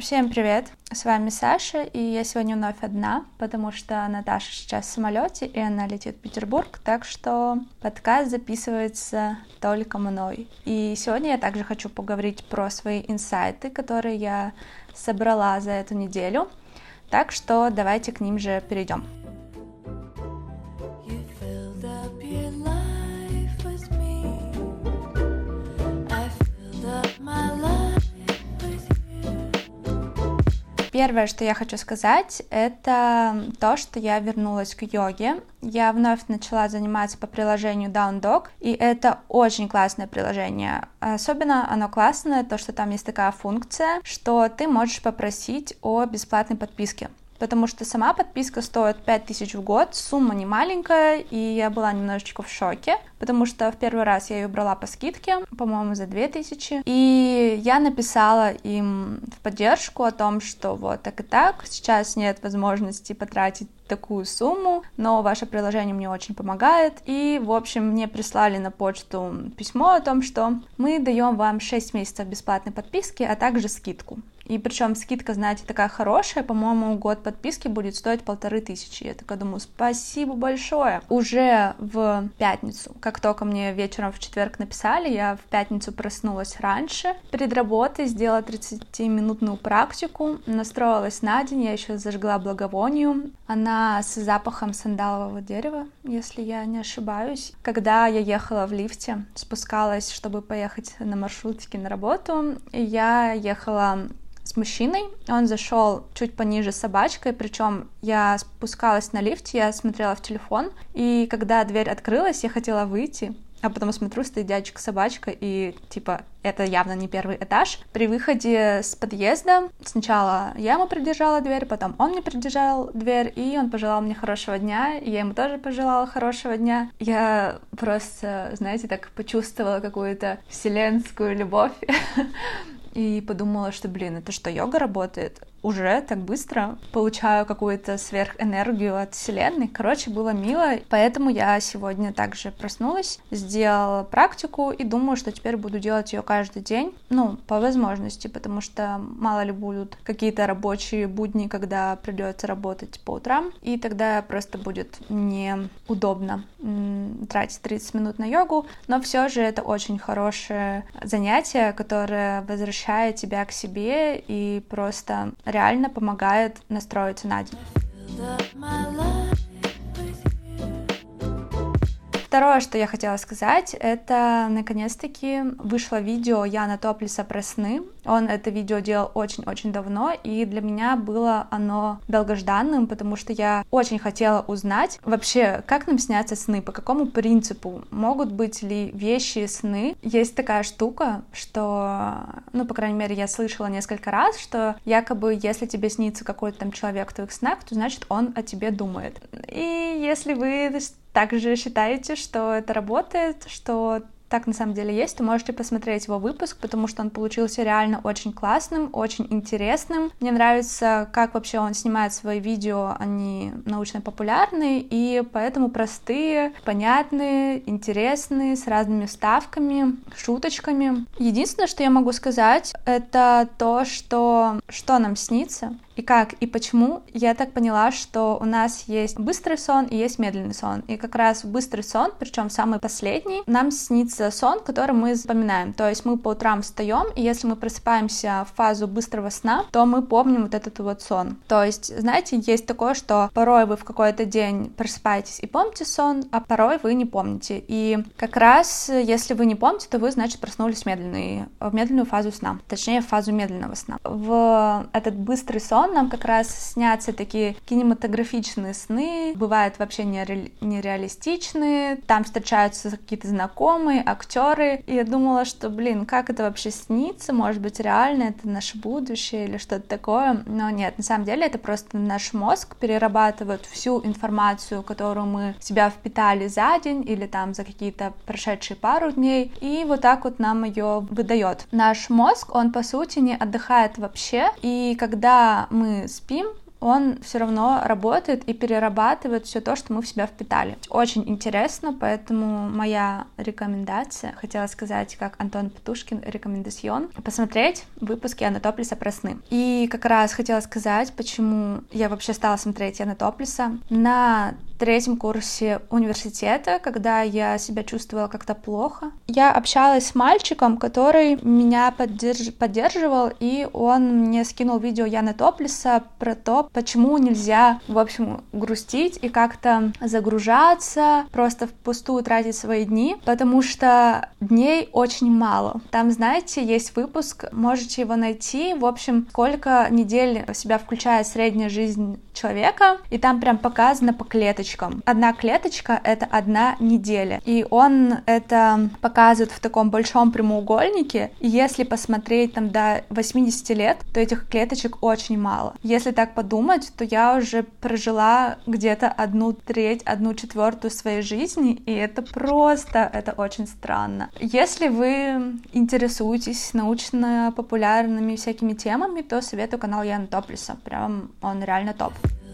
Всем привет! С вами Саша, и я сегодня вновь одна, потому что Наташа сейчас в самолете, и она летит в Петербург, так что подкаст записывается только мной. И сегодня я также хочу поговорить про свои инсайты, которые я собрала за эту неделю, так что давайте к ним же перейдем. Первое, что я хочу сказать, это то, что я вернулась к йоге. Я вновь начала заниматься по приложению Down Dog, и это очень классное приложение. Особенно оно классное, то, что там есть такая функция, что ты можешь попросить о бесплатной подписке. Потому что сама подписка стоит 5000 в год, сумма не маленькая, и я была немножечко в шоке, потому что в первый раз я ее брала по скидке, по-моему, за 2000, и я написала им в поддержку о том, что вот так и так, сейчас нет возможности потратить такую сумму, но ваше приложение мне очень помогает, и, в общем, мне прислали на почту письмо о том, что мы даем вам 6 месяцев бесплатной подписки, а также скидку. И причем скидка, знаете, такая хорошая, по-моему, год подписки будет стоить 1500. Я такая думаю, спасибо большое. Уже в пятницу, как только мне вечером в четверг написали, я в пятницу проснулась раньше, перед работой сделала 30-минутную практику, настроилась на день, я еще зажгла благовонию. Она с запахом сандалового дерева, если я не ошибаюсь. Когда я ехала в лифте, спускалась, чтобы поехать на маршрутке на работу, я ехала с мужчиной, он зашел чуть пониже с собачкой, причем я спускалась на лифте, я смотрела в телефон, и когда дверь открылась, я хотела выйти, а потом смотрю, стоит дядечка с собачкой, и типа это явно не первый этаж. При выходе с подъезда сначала я ему придержала дверь, потом он мне придержал дверь, и он пожелал мне хорошего дня, и я ему тоже пожелала хорошего дня. Я просто, знаете, так почувствовала какую-то вселенскую любовь. И подумала, что, это что, йога работает? Уже так быстро получаю какую-то сверхэнергию от вселенной. Короче, было мило, поэтому я сегодня также проснулась, сделала практику и думаю, что теперь буду делать ее каждый день, по возможности, потому что мало ли будут какие-то рабочие будни, когда придется работать по утрам, и тогда просто будет неудобно тратить 30 минут на йогу, но все же это очень хорошее занятие, которое возвращает тебя к себе и просто реально помогает настроиться на день. Второе, что я хотела сказать, это наконец-таки вышло видео Яна Топлеса про сны. Он это видео делал очень-очень давно, и для меня было оно долгожданным, потому что я очень хотела узнать вообще, как нам снятся сны, по какому принципу, могут быть ли вещи сны. Есть такая штука, что, по крайней мере, я слышала несколько раз, что якобы, если тебе снится какой-то там человек в твоих снах, то значит он о тебе думает. И если вы также считаете, что это работает, что так на самом деле есть, то можете посмотреть его выпуск, потому что он получился реально очень классным, очень интересным. Мне нравится, как вообще он снимает свои видео, они научно-популярные, и поэтому простые, понятные, интересные, с разными вставками, шуточками. Единственное, что я могу сказать, это то, что нам снится, и как, и почему. Я так поняла, что у нас есть быстрый сон и есть медленный сон. И как раз быстрый сон, причем самый последний, нам снится сон, который мы запоминаем. То есть мы по утрам встаем, и если мы просыпаемся в фазу быстрого сна, то мы помним вот этот вот сон. То есть, знаете, есть такое, что порой вы в какой-то день просыпаетесь и помните сон, а порой вы не помните. И как раз, если вы не помните, то вы, значит, проснулись в медленную фазу сна. Точнее, в фазу медленного сна. В этот быстрый сон нам как раз снятся такие кинематографичные сны, бывают вообще нереалистичные, там встречаются какие-то знакомые, актеры, и я думала, что, как это вообще снится, может быть, реально, это наше будущее или что-то такое, но нет, на самом деле это просто наш мозг перерабатывает всю информацию, которую мы в себя впитали за день или там за какие-то прошедшие пару дней, и вот так вот нам ее выдает. Наш мозг, он по сути не отдыхает вообще, и когда мы спим, он все равно работает и перерабатывает все то, что мы в себя впитали. Очень интересно, поэтому моя рекомендация, хотела сказать, как Антон Птушкин, рекомендацион, посмотреть выпуски Яна Топлеса про сны. И как раз хотела сказать, почему я вообще стала смотреть Яна Топлеса. На 3-м курсе университета, когда я себя чувствовала как-то плохо, я общалась с мальчиком, который меня поддерживал, и он мне скинул видео Яна Топлеса про то, почему нельзя, в общем, грустить и как-то загружаться, просто впустую тратить свои дни, потому что дней очень мало. Там, знаете, есть выпуск, можете его найти, в общем, сколько недель в себя включает средняя жизнь человека, и там прям показано по клеточкам. Одна клеточка — это 1 неделя, и он это показывает в таком большом прямоугольнике, и если посмотреть там до 80 лет, то этих клеточек очень мало. Если так подумать, то я уже прожила где-то 1/3, 1/4 своей жизни, и это очень странно. Если вы интересуетесь научно-популярными всякими темами, то советую канал Яна Топлеса, прям он реально топ.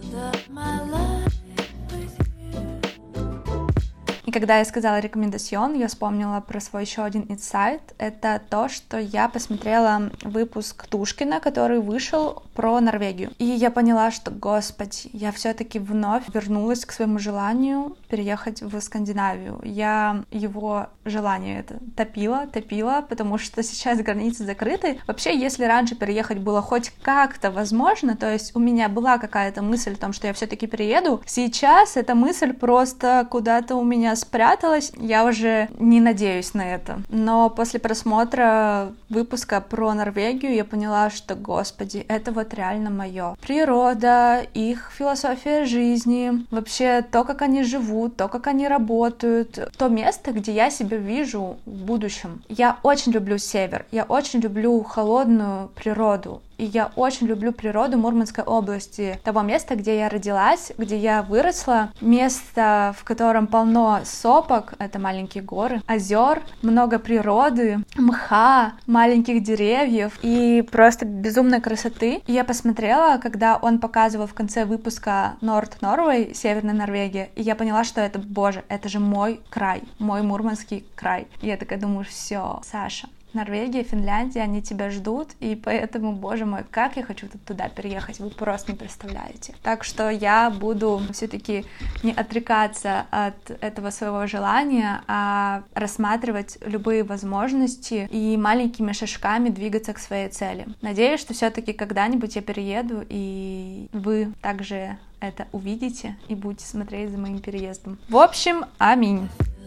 И когда я сказала рекомендацион, я вспомнила про свой еще один инсайт. Это то, что я посмотрела выпуск Птушкина, который вышел про Норвегию. И я поняла, что, господи, я все-таки вновь вернулась к своему желанию переехать в Скандинавию. Я его желание это топила, потому что сейчас границы закрыты. Вообще, если раньше переехать было хоть как-то возможно, то есть у меня была какая-то мысль о том, что я все-таки перееду, сейчас эта мысль просто куда-то у меня спряталась, я уже не надеюсь на это. Но после просмотра выпуска про Норвегию я поняла, что, господи, это вот реально мое. Природа, их философия жизни, вообще то, как они живут, то, как они работают, то место, где я себя вижу в будущем. Я очень люблю север, я очень люблю холодную природу. И я очень люблю природу Мурманской области, того места, где я родилась, где я выросла, место, в котором полно сопок, это маленькие горы, озер, много природы, мха, маленьких деревьев и просто безумной красоты. И я посмотрела, когда он показывал в конце выпуска Норд Норвей, Северная Норвегия, и я поняла, что это, боже, это же мой край, мой Мурманский край. И я такая думаю, все, Саша, Норвегия, Финляндия, они тебя ждут, и поэтому, боже мой, как я хочу туда переехать, вы просто не представляете. Так что я буду все-таки не отрекаться от этого своего желания, а рассматривать любые возможности и маленькими шажками двигаться к своей цели. Надеюсь, что все-таки когда-нибудь я перееду, и вы также это увидите и будете смотреть за моим переездом. В общем, аминь.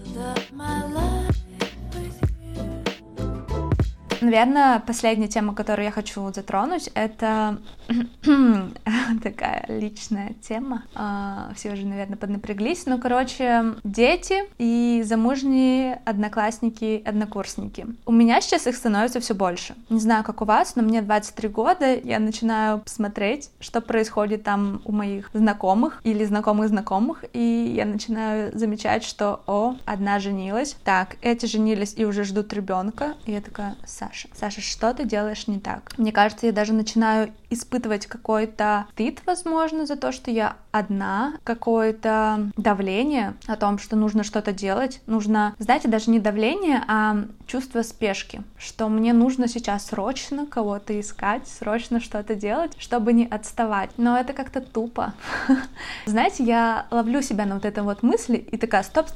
Наверное, последняя тема, которую я хочу затронуть, это такая личная тема. Все уже, наверное, поднапряглись. Ну, короче, дети и замужние одноклассники, однокурсники. У меня сейчас их становится все больше. Не знаю, как у вас, но мне 23 года, я начинаю смотреть, что происходит там у моих знакомых или знакомых, и я начинаю замечать, что, одна женилась, так, эти женились и уже ждут ребенка, и я такая, Саша, что ты делаешь не так? Мне кажется, я даже начинаю испытывать какой-то стыд, возможно, за то, что я одна, какое-то давление о том, что нужно что-то делать. Нужно, знаете, даже не давление, а чувство спешки, что мне нужно сейчас срочно кого-то искать, срочно что-то делать, чтобы не отставать. Но это как-то тупо. Знаете, я ловлю себя на вот этой вот мысли и такая, стоп,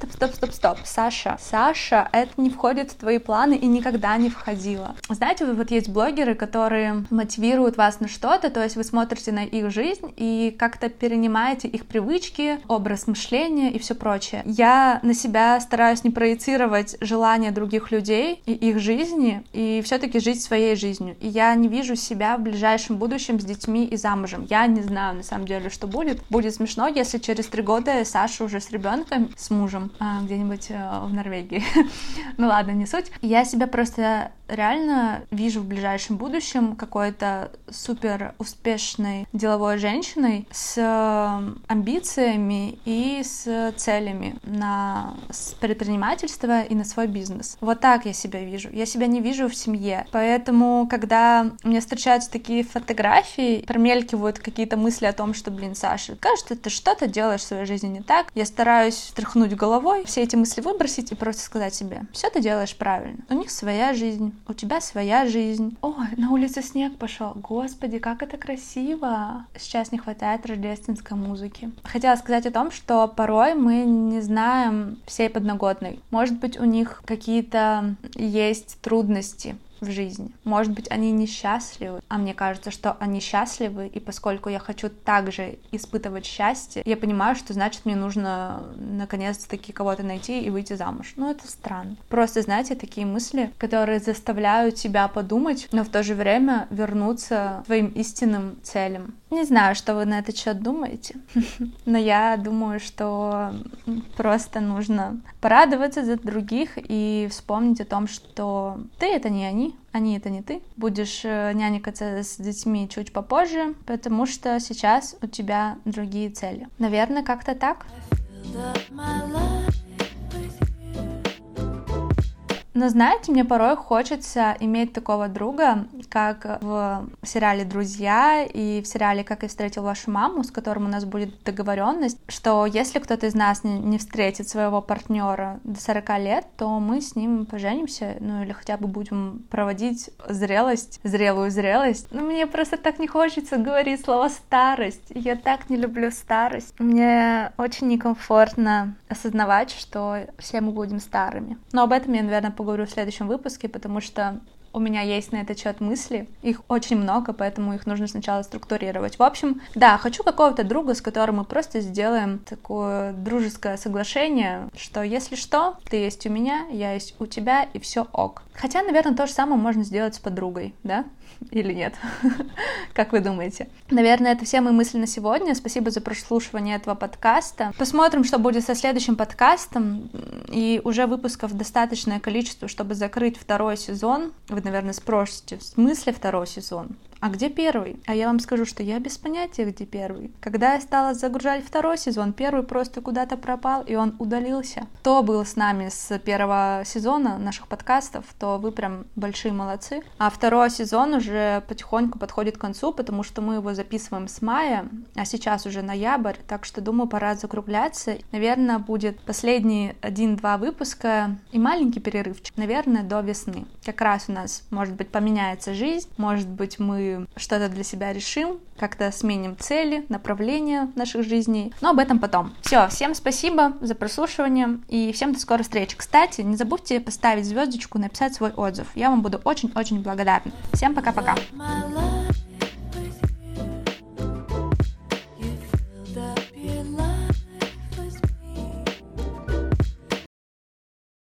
Саша, это не входит в твои планы и никогда не входило. Знаете, вот есть блогеры, которые мотивируют вас на что-то, то есть вы смотрите на их жизнь и как-то перенимаете их привычки, образ мышления и все прочее. Я на себя стараюсь не проецировать желания других людей и их жизни, и все-таки жить своей жизнью. И я не вижу себя в ближайшем будущем с детьми и замужем. Я не знаю, на самом деле, что будет. Будет смешно, если через 3 года Саша уже с ребенком, с мужем, где-нибудь в Норвегии. Ну ладно, не суть. Я себя просто реально вижу в ближайшем будущем какой-то супер успешной деловой женщиной с амбициями и с целями на предпринимательство и на свой бизнес. Вот так я себя вижу. Я себя не вижу в семье. Поэтому, когда мне встречаются такие фотографии, промелькивают какие-то мысли о том, что, Саша, кажется, ты что-то делаешь в своей жизни не так. Я стараюсь тряхнуть головой, все эти мысли выбросить и просто сказать себе: все ты делаешь правильно. У них своя жизнь, у тебя своя жизнь. Ой, на улице снег пошел. Господи, как это красиво. Сейчас не хватает рождественской музыки. Хотела сказать о том, что порой мы не знаем всей подноготной. Может быть, у них какие-то есть трудности в жизни. Может быть, они несчастливы, а мне кажется, что они счастливы, и поскольку я хочу также испытывать счастье, я понимаю, что значит мне нужно наконец-таки кого-то найти и выйти замуж. Ну, это странно. Просто, знаете, такие мысли, которые заставляют тебя подумать, но в то же время вернуться к своим истинным целям. Не знаю, что вы на этот счет думаете, но я думаю, что просто нужно порадоваться за других и вспомнить о том, что ты — это не они — это не ты. Будешь нянькаться с детьми чуть попозже, потому что сейчас у тебя другие цели. Наверное, как-то так. Но знаете, мне порой хочется иметь такого друга, как в сериале «Друзья» и в сериале «Как я встретил вашу маму», с которым у нас будет договоренность, что если кто-то из нас не встретит своего партнера до 40 лет, то мы с ним поженимся, ну или хотя бы будем проводить зрелую зрелость. Но мне просто так не хочется говорить слово «старость». Я так не люблю старость. Мне очень некомфортно осознавать, что все мы будем старыми. Но об этом я, наверное, поговорю в следующем выпуске, потому что у меня есть на этот счет мысли, их очень много, поэтому их нужно сначала структурировать. В общем, да, хочу какого-то друга, с которым мы просто сделаем такое дружеское соглашение, что если что, ты есть у меня, я есть у тебя, и все ок. Хотя, наверное, то же самое можно сделать с подругой, да? Или нет? Как вы думаете? Наверное, это все мои мысли на сегодня. Спасибо за прослушивание этого подкаста. Посмотрим, что будет со следующим подкастом. И уже выпусков достаточное количество, чтобы закрыть второй сезон. Вы, наверное, спросите, в смысле второй сезон? А где первый? А я вам скажу, что я без понятия, где первый. Когда я стала загружать второй сезон, первый просто куда-то пропал, и он удалился. Кто был с нами с первого сезона наших подкастов, то вы прям большие молодцы. А второй сезон уже потихоньку подходит к концу, потому что мы его записываем с мая, а сейчас уже ноябрь, так что, думаю, пора закругляться. Наверное, будет последние 1-2 выпуска и маленький перерывчик, наверное, до весны. Как раз у нас, может быть, поменяется жизнь, может быть, мы что-то для себя решим, как-то сменим цели, направления наших жизней, но об этом потом. Все, всем спасибо за прослушивание и всем до скорой встречи. Кстати, не забудьте поставить звездочку, написать свой отзыв. Я вам буду очень-очень благодарна. Всем пока-пока.